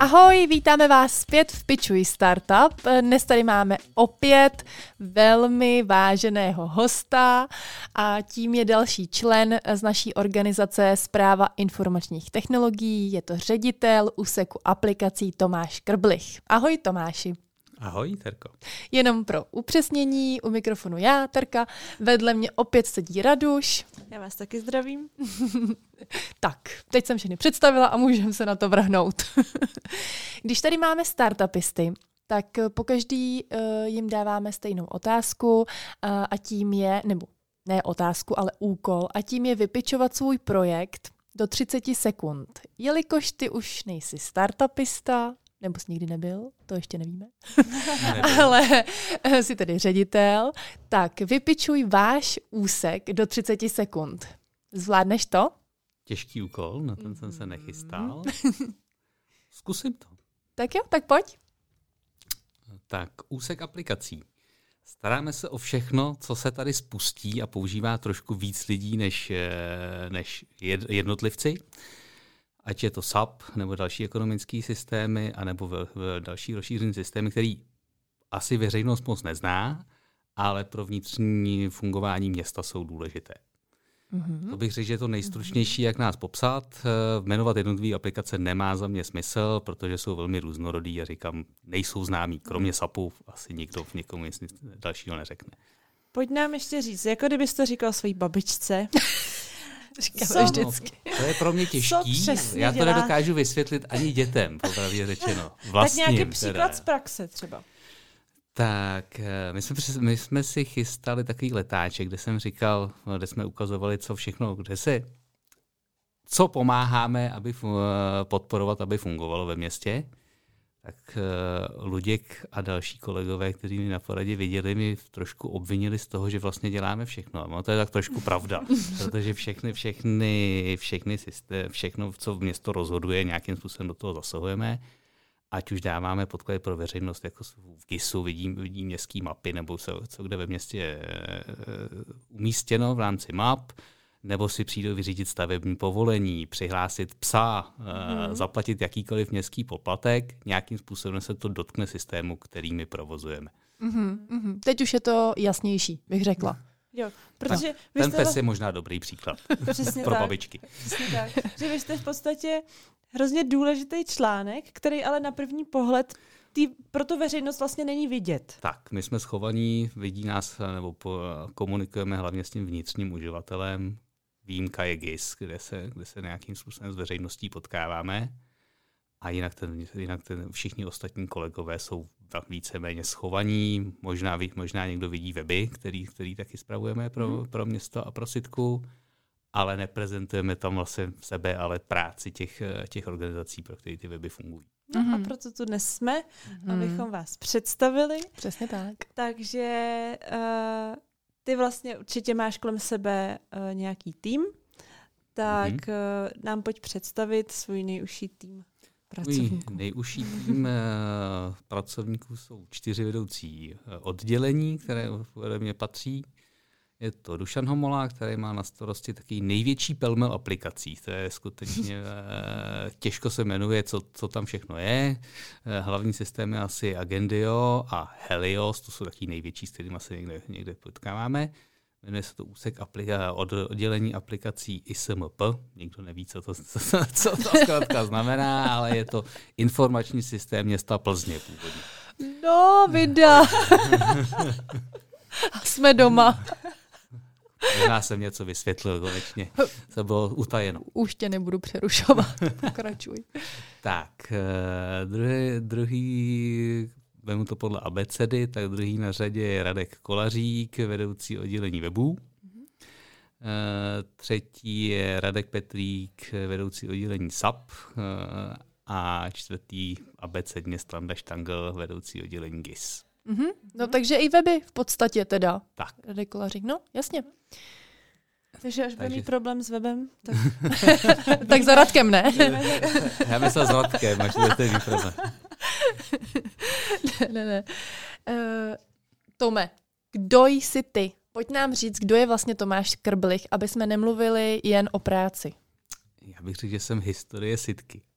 Ahoj, vítáme vás zpět v Pitchuj Startup. Dnes tady máme opět velmi váženého hosta a tím je další člen z naší organizace Správa informačních technologií. Je to ředitel úseku aplikací Tomáš Krblich. Ahoj Tomáši. Ahoj, Terko. Jenom pro upřesnění, u mikrofonu já, Terka, vedle mě opět sedí Raduš. Já vás taky zdravím. Tak, teď jsem všechny představila a můžeme se na to vrhnout. Když tady máme startupisty, tak pokaždý jim dáváme stejnou otázku a tím je, nebo ne otázku, ale úkol, a tím je vypičovat svůj projekt do 30 sekund. Jelikož ty už nejsi startupista, nebo jsi nikdy nebyl, to ještě nevíme, ale jsi tedy ředitel, tak vypičuj váš úsek do 30 sekund. Zvládneš to? Těžký úkol, na ten jsem se nechystal. Zkusím to. Tak jo, tak pojď. Tak, úsek aplikací. Staráme se o všechno, co se tady spustí a používá trošku víc lidí než jednotlivci. Ať je to SAP, nebo další ekonomické systémy, anebo další rozšířené systémy, který asi veřejnost moc nezná, ale pro vnitřní fungování města jsou důležité. Mm-hmm. To bych řekl, že je to nejstručnější, jak nás popsat. Jmenovat jednotlivé aplikace nemá za mě smysl, protože jsou velmi různorodý a říkám, nejsou známí. Kromě SAPu asi nikdo v někomu nic dalšího neřekne. Pojď nám ještě říct, jako kdybys to říkal své babičce. Vždycky. To je pro mě těžký. Já to nedokážu vysvětlit ani dětem, popravdě řečeno. Vlastním, tak nějaký příklad z praxe třeba. Tak, my jsme si chystali takový letáček, kde jsem říkal, kde jsme ukazovali, co pomáháme, aby podporovat, aby fungovalo ve městě. Tak Luděk a další kolegové, kteří mi na poradě viděli, mi trošku obvinili z toho, že vlastně děláme všechno. A to je tak trošku pravda, protože všechno, co město rozhoduje, nějakým způsobem do toho zasahujeme. Ať už dáváme podklady pro veřejnost, jako v GISu vidí městské mapy, nebo co kde ve městě je umístěno v rámci map, nebo si přijdou vyřídit stavební povolení, přihlásit psa, zaplatit jakýkoliv městský poplatek, nějakým způsobem se to dotkne systému, který my provozujeme. Teď už je to jasnější, bych řekla. Jo, protože ten pes je možná dobrý příklad pro babičky. Přesně tak. Že vy jste v podstatě hrozně důležitý článek, který ale na první pohled pro tu veřejnost vlastně není vidět. Tak, my jsme schovaní, vidí nás, nebo komunikujeme hlavně s tím vnitřním uživatelem. Výjimka je GIS, kde se nějakým způsobem s veřejností potkáváme. A jinak všichni ostatní kolegové jsou víceméně schovaní. Možná někdo vidí weby, který taky spravujeme pro město a pro Sitku, ale neprezentujeme tam vlastně sebe, ale práci těch organizací, pro které ty weby fungují. No a proto tu dnes jsme, abychom vás představili. Přesně tak. Takže ty vlastně určitě máš kolem sebe nějaký tým, tak nám pojď představit svůj nejužší tým pracovníků. Nejužší tým pracovníků jsou 4 vedoucí oddělení, které ode mě patří. Je to Dušan Homola, který má na starosti takový největší pelmel aplikací. To je skutečně těžko se jmenuje, co tam všechno je. Hlavní systém je asi Agendio a Helios, to jsou taky největší, s kterými se někde potkáváme. Jmenuje se to úsek oddělení aplikací ISMP. Nikdo neví, co to zkrátka znamená, ale je to informační systém města Plzně původně. No, vida. Jsme doma. Možná jsem něco vysvětlil konečně. To bylo utajeno. Už tě nebudu přerušovat. Pokračuj. Tak, druhý, vemu to podle abecedy, tak druhý na řadě je Radek Kolařík, vedoucí oddělení webů. Třetí je Radek Petrík, vedoucí oddělení SAP. A čtvrtý abecedně Standa Štangl, vedoucí oddělení GIS. No takže i weby v podstatě teda. Tak. Radek Kolařík, no jasně. Takže až bude mít problém s webem, tak... tak za Radkem, ne? Já myslel s Radkem, až to je problém. Ne. Tome, kdo jsi ty? Pojď nám říct, kdo je vlastně Tomáš Krblich, aby jsme nemluvili jen o práci. Já bych řekl, že jsem historie Sitky.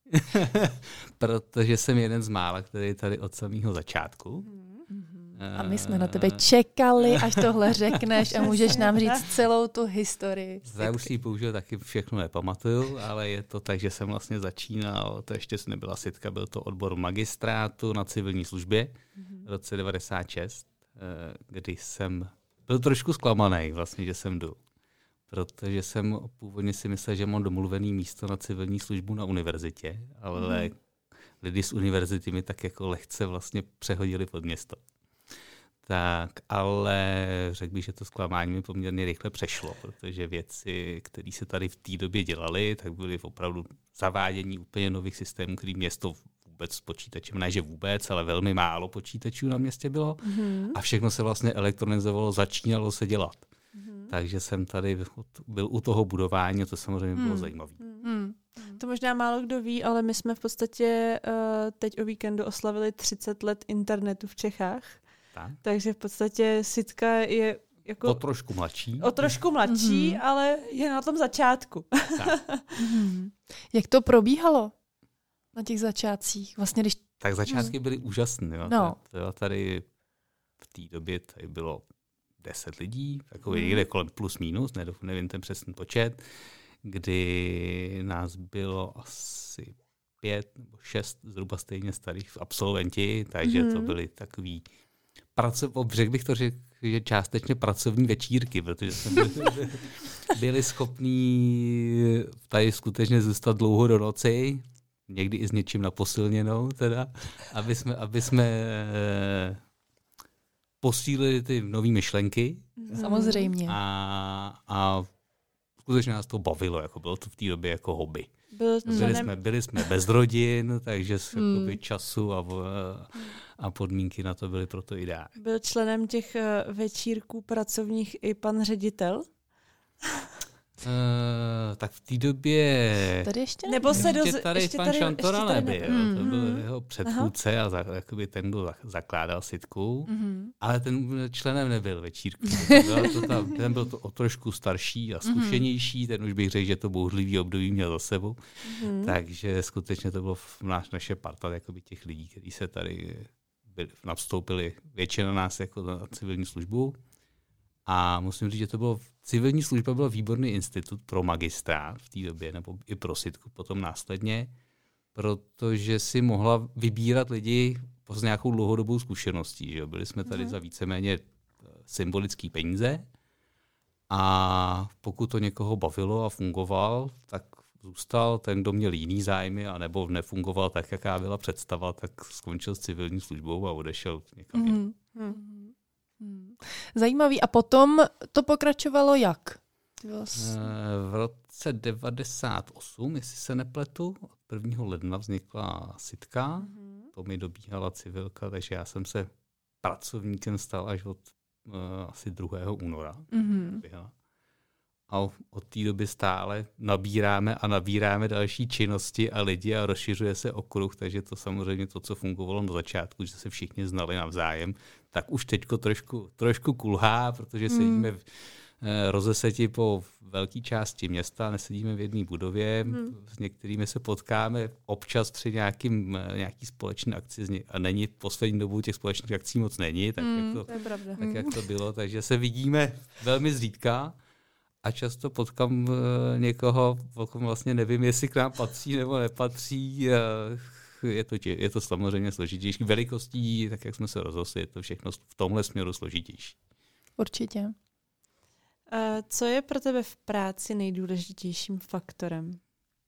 protože jsem jeden z mála, který je tady od samého začátku. A my jsme na tebe čekali, až tohle řekneš a můžeš nám říct celou tu historii. Já už si ji použil taky všechno nepamatuju, ale je to tak, že jsem vlastně začínal, to ještě nebyla sitka, byl to odbor magistrátu na civilní službě v roce 96, kdy jsem byl trošku zklamaný vlastně, že jsem jdu. Protože jsem původně si myslel, že mám domluvený místo na civilní službu na univerzitě, ale lidi z univerzity mi tak jako lehce vlastně přehodili pod město. Tak, ale řekl bych, že to zklamání mi poměrně rychle přešlo, protože věci, které se tady v té době dělaly, tak byly opravdu zavádění úplně nových systémů, který město vůbec s počítačem, ne že vůbec, ale velmi málo počítačů na městě bylo a všechno se vlastně elektronizovalo, začínalo se dělat. Takže jsem tady byl u toho budování a to samozřejmě bylo zajímavé. To možná málo kdo ví, ale my jsme v podstatě teď o víkendu oslavili 30 let internetu v Čechách. Tak. Takže v podstatě sitka je jako... O trošku mladší. Ale je na tom začátku. Jak to probíhalo na těch začátcích? Vlastně, když... Tak začátky byly úžasné. No. Tady v té době tady bylo 10 lidí, takový někde kolem plus minus, nevím ten přesný počet, kdy nás bylo asi 5 nebo 6 zhruba stejně starých absolventi, takže to byly takový řekl bych to, že částečně pracovní večírky, protože jsme byli schopní tady skutečně zůstat dlouho do noci, někdy i s něčím na posilněnou, teda, aby jsme posílili ty nové myšlenky. Samozřejmě. A skutečně nás to bavilo, jako bylo to v té době jako hobby. Byli jsme bez rodin, takže času a podmínky na to byly proto ideální. Byl členem těch večírků pracovních i pan ředitel? Tak v té době... Tady ještě ne? Nebo se ještě pan Šantora nebyl. To byl jeho předchůdce a ten byl zakládal sitku, ale ten členem nebyl večírku. Ten byl to o trošku starší a zkušenější, ten už bych řekl, že to bouřlivý období měl za sebou. Takže skutečně to bylo naše parta těch lidí, kteří se tady navstoupili, většina nás jako na civilní službu. A musím říct, že to bylo civilní služba byl výborný institut pro magistrát v té době, nebo i pro sitku potom následně, protože si mohla vybírat lidi s nějakou dlouhodobou zkušeností. Že? Byli jsme tady za víceméně symbolické peníze a pokud to někoho bavilo a fungoval, tak zůstal, ten, kdo měl jiný zájmy a nebo nefungoval tak, jaká byla představa, tak skončil s civilní službou a odešel někam jinam. Zajímavý. A potom to pokračovalo jak? V roce 98, jestli se nepletu, od 1. ledna vznikla sitka, to mi dobíhala civilka, takže já jsem se pracovníkem stal až od asi 2. února. A od té doby stále nabíráme další činnosti a lidi a rozšiřuje se okruh, takže to samozřejmě to, co fungovalo na začátku, že se všichni znali navzájem, tak už teďko trošku kulhá, protože sedíme rozeseti po velké části města, nesedíme v jedné budově, s některými se potkáme občas při nějaký společné akci a není v poslední dobu těch společných akcí moc není, tak jak to bylo, takže se vidíme velmi zřídka. A často potkám někoho, o kom vlastně nevím, jestli k nám patří nebo nepatří. Je to samozřejmě složitější. Velikostí, tak jak jsme se rozhodli, je to všechno v tomhle směru složitější. Určitě. Co je pro tebe v práci nejdůležitějším faktorem?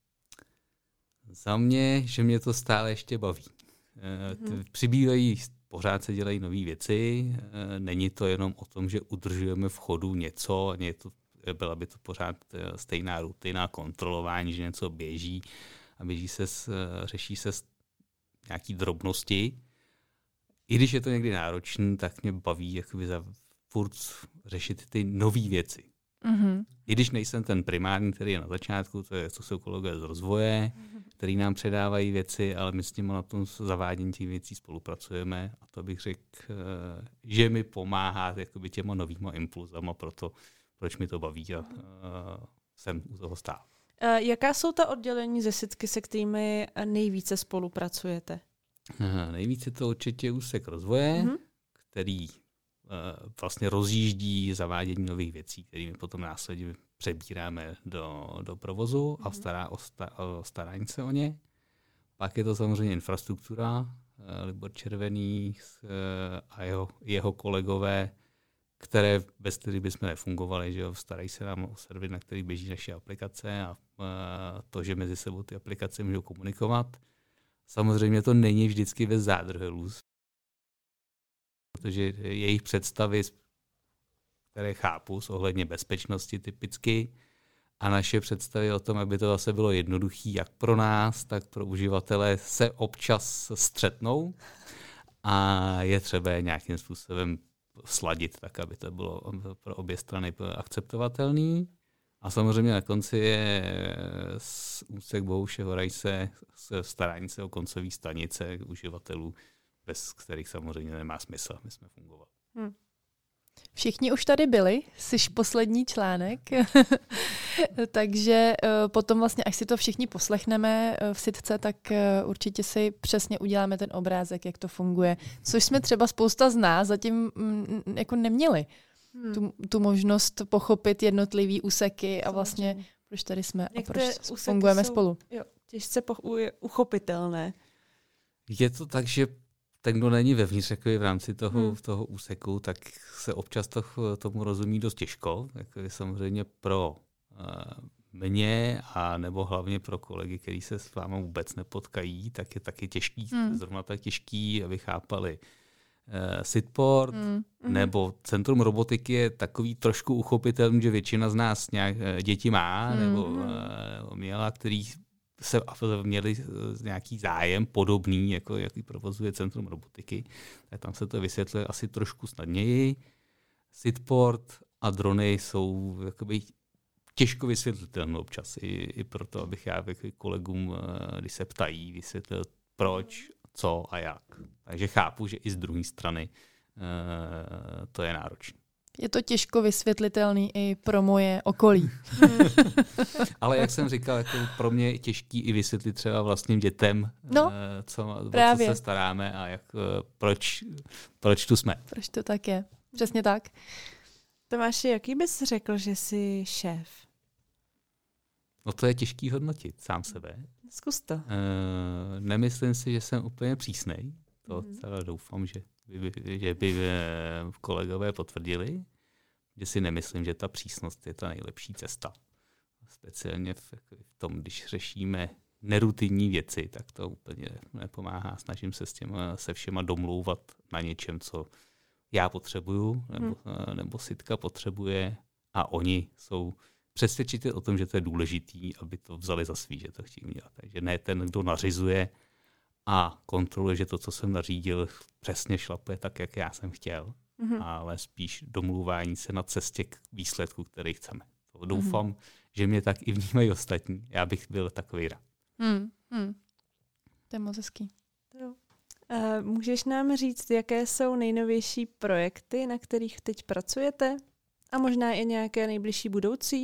Za mě, že mě to stále ještě baví. Přibývají, pořád se dělají nové věci. Není to jenom o tom, že udržujeme v chodu něco, byla by to pořád stejná rutina, kontrolování, že něco běží a řeší se nějaký drobnosti. I když je to někdy náročné, tak mě baví jakoby furt řešit ty nové věci. I když nejsem ten primární, který je na začátku, to jsou kolegové z rozvoje, který nám předávají věci, ale my s nimi na tom zavádění těch věcí spolupracujeme a to bych řekl, že mi pomáhá jakoby těma novýma impulzama, proč mi to baví a jsem u toho stál. Jaká jsou ta oddělení ze SITky, se kterými nejvíce spolupracujete? Nejvíce to určitě úsek rozvoje, který vlastně rozjíždí zavádění nových věcí, kterými potom následně přebíráme do provozu a starání se o ně. Pak je to samozřejmě infrastruktura, Libor Červený a jeho kolegové, bez kterých bychom nefungovali, že jo, starají se nám o server, na který běží naše aplikace a to, že mezi sebou ty aplikace můžou komunikovat. Samozřejmě to není vždycky bez zádrhelů, protože jejich představy, které chápu, ohledně bezpečnosti typicky, a naše představy o tom, aby to zase bylo jednoduché, jak pro nás, tak pro uživatele, se občas střetnou a je třeba nějakým způsobem sladit tak, aby to bylo pro obě strany akceptovatelné. A samozřejmě na konci je úsek Bohuše Horajse starání se o koncové stanice uživatelů, bez kterých samozřejmě nemá smysl, my jsme fungovat. Všichni už tady byli, jsi poslední článek, takže potom vlastně, až si to všichni poslechneme v SITce, tak určitě si přesně uděláme ten obrázek, jak to funguje. Což jsme třeba spousta z nás zatím jako neměli. Tu možnost pochopit jednotlivý úseky a vlastně proč tady jsme a proč fungujeme spolu. Jo, těžce uchopitelné. Je to tak, že ten, kdo není vevnitř v rámci toho úseku, tak se občas tomu rozumí dost těžko. Jako samozřejmě pro mě a nebo hlavně pro kolegy, kteří se s vámi vůbec nepotkají, tak je taky těžký, zrovna tak těžký, aby chápali Sitport nebo Centrum robotiky je takový trošku uchopitelný, že většina z nás děti má nebo měla, který se měli nějaký zájem podobný, jako jaký provozuje Centrum robotiky, tak tam se to vysvětluje asi trošku snadněji. Sitport a drony jsou jakoby těžko vysvětlitelné občas, i proto, abych já kolegům, když se ptají, vysvětlil proč, co a jak. Takže chápu, že i z druhé strany to je náročné. Je to těžko vysvětlitelný i pro moje okolí. Ale jak jsem říkal, jako pro mě je těžký i vysvětlit třeba vlastním dětem, co se staráme a proč tu jsme. Proč to tak je. Přesně tak. Tomáši, jaký bys řekl, že jsi šéf? No to je těžký hodnotit sám sebe. Zkus to. Nemyslím si, že jsem úplně přísnej. To celé doufám, že by kolegové potvrdili, že si nemyslím, že ta přísnost je ta nejlepší cesta. Speciálně v tom, když řešíme nerutinní věci, tak to úplně nepomáhá. Snažím se se všema domlouvat na něčem, co já potřebuju, nebo Sitka potřebuje a oni jsou přesvědčitě o tom, že to je důležitý, aby to vzali za svý, že to chtějí dělat. Takže ne ten, kdo nařizuje a kontroluje, že to, co jsem nařídil, přesně šlapuje tak, jak já jsem chtěl, ale spíš domluvání se na cestě k výsledku, který chceme. To doufám, že mě tak i vnímají ostatní. Já bych byl takový rád. To je moc hezký. Můžeš nám říct, jaké jsou nejnovější projekty, na kterých teď pracujete? A možná i nějaké nejbližší budoucí?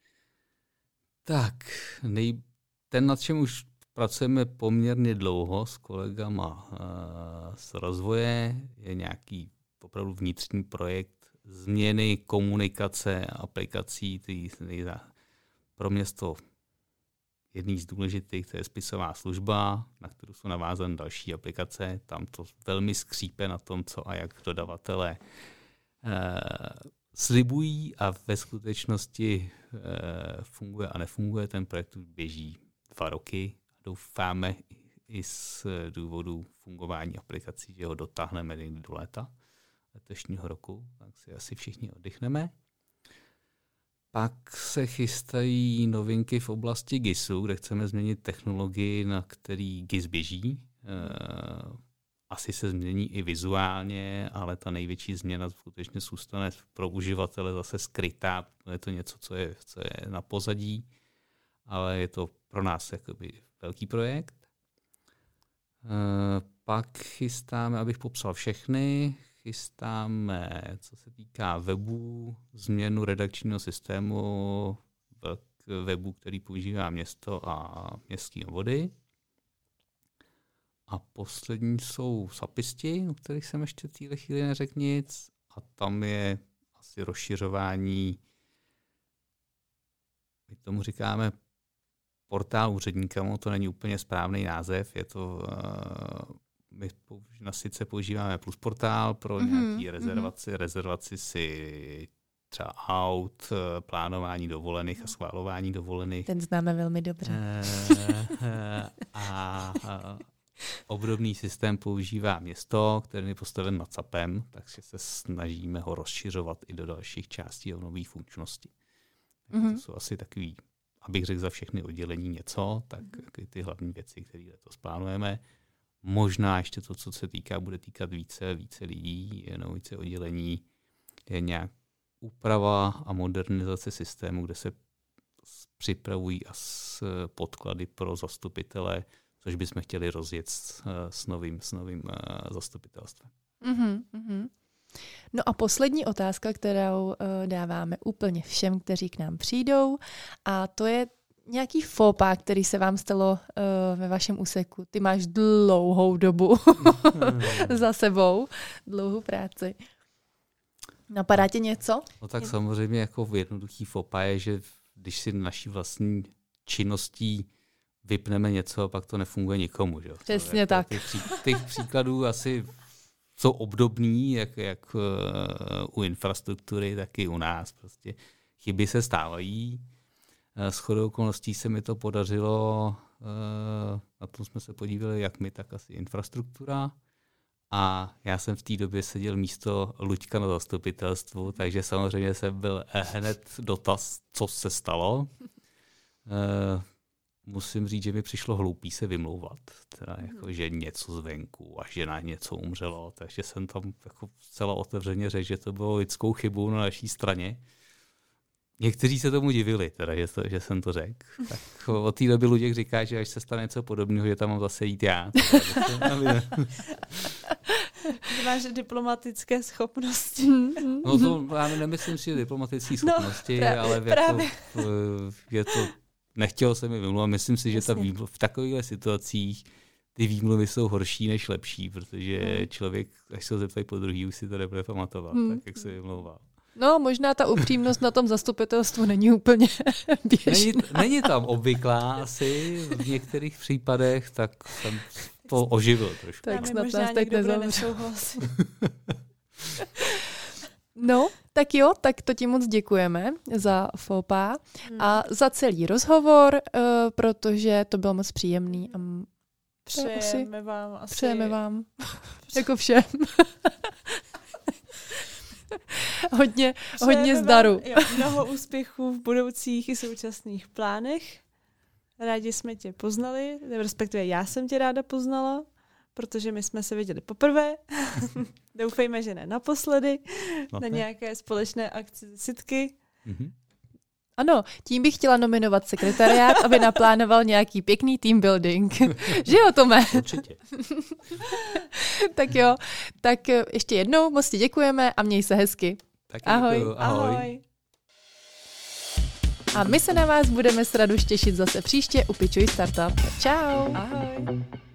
Tak, ten, nad čem už pracujeme poměrně dlouho s kolegama z rozvoje, je nějaký opravdu vnitřní projekt změny komunikace aplikací, pro mě to jedný z důležitých, to je spisová služba, na kterou jsou navázány další aplikace. Tam to velmi skřípe na tom, co a jak dodavatelé slibují a ve skutečnosti funguje a nefunguje. Ten projekt běží 2 roky. Doufáme i z důvodu fungování aplikací, že ho dotáhneme do léta letošního roku, tak si asi všichni oddychneme. Pak se chystají novinky v oblasti GISu, kde chceme změnit technologii, na který GIS běží. Asi se změní i vizuálně, ale ta největší změna skutečně zůstane pro uživatele zase skrytá. Je to něco, co je na pozadí, ale je to pro nás jakoby velký projekt. Pak chystáme, abych popsal všechny, chystáme, co se týká webu, změnu redakčního systému, webů, který používá město a městské obvody. A poslední jsou SAPisti, o kterých jsem ještě v téhle chvíli neřekl nic. A tam je asi rozšiřování, my tomu říkáme portál úředníka, to není úplně správný název, je to, my na sice používáme Plus portál pro nějaký rezervaci si třeba aut, plánování dovolených a schvalování dovolených. Ten známe velmi dobře. A obdobný systém používá město, který je postaven nad SAPem, takže se snažíme ho rozšiřovat i do dalších částí a nových funkčností. To jsou asi takový, abych řekl za všechny oddělení něco, tak ty hlavní věci, které letos plánujeme. Možná ještě to, co se bude týkat více lidí, jenom více oddělení, je nějak úprava a modernizace systému, kde se připravují podklady pro zastupitele, což bychom chtěli rozjet s novým zastupitelstvem. No a poslední otázka, kterou dáváme úplně všem, kteří k nám přijdou, a to je nějaký fópa, který se vám stalo ve vašem úseku. Ty máš dlouhou dobu za sebou, dlouhou práci. Napadá tě něco? No tak samozřejmě jako jednoduchý fópa je, že když si naší vlastní činností vypneme něco, pak to nefunguje nikomu. Že? Přesně tak. Těch příkladů asi jsou obdobný, jak u infrastruktury, tak i u nás. Prostě chyby se stávají. Shodou okolností se mi to podařilo, na tom jsme se podívali, jak my, tak asi infrastruktura. A já jsem v té době seděl místo Luďka na zastupitelstvu, takže samozřejmě jsem byl hned dotaz, co se stalo. Musím říct, že mi přišlo hloupý se vymlouvat, teda jako, že něco zvenku a že na něco umřelo, takže jsem tam jako zcela otevřeně řekl, že to bylo lidskou chybou na naší straně. Někteří se tomu divili, teda, že jsem to řekl. Tak od té doby Luděk říká, že až se stane něco podobného, že tam mám zase jít já. Ty máš diplomatické schopnosti. No to já nemyslím si diplomatické schopnosti, ale je to, nechtělo se mi vymlouvat. Myslím si, že v takovýchhle situacích ty výmluvy jsou horší než lepší, protože člověk, až se ho zeptají po druhý, už si to nebude pamatovat, tak jak se vymlouvá. No, možná ta upřímnost na tom zastupitelstvu není úplně běžná. Není tam obvyklá asi v některých případech, tak jsem to oživil trošku. Tak snad nás tak nezavře. No, tak jo, tak to ti moc děkujeme za fópa a za celý rozhovor, protože to bylo moc příjemný. A Přejeme vám. Jako všem. hodně zdaru. Mnoho úspěchů v budoucích i současných plánech. Rádi jsme tě poznali, respektive já jsem tě ráda poznala, protože my jsme se viděli poprvé. Doufejme, že ne naposledy, na nějaké společné akci sitky. Ano, tím bych chtěla nominovat sekretariát, aby naplánoval nějaký pěkný team building. Že jo, Tome? Určitě. Tak jo, tak ještě jednou moc ti děkujeme a měj se hezky. Taky ahoj. Děkuju. Ahoj. A my se na vás budeme s Raduš těšit zase příště u Pitchuj Startup. Čau. Ahoj.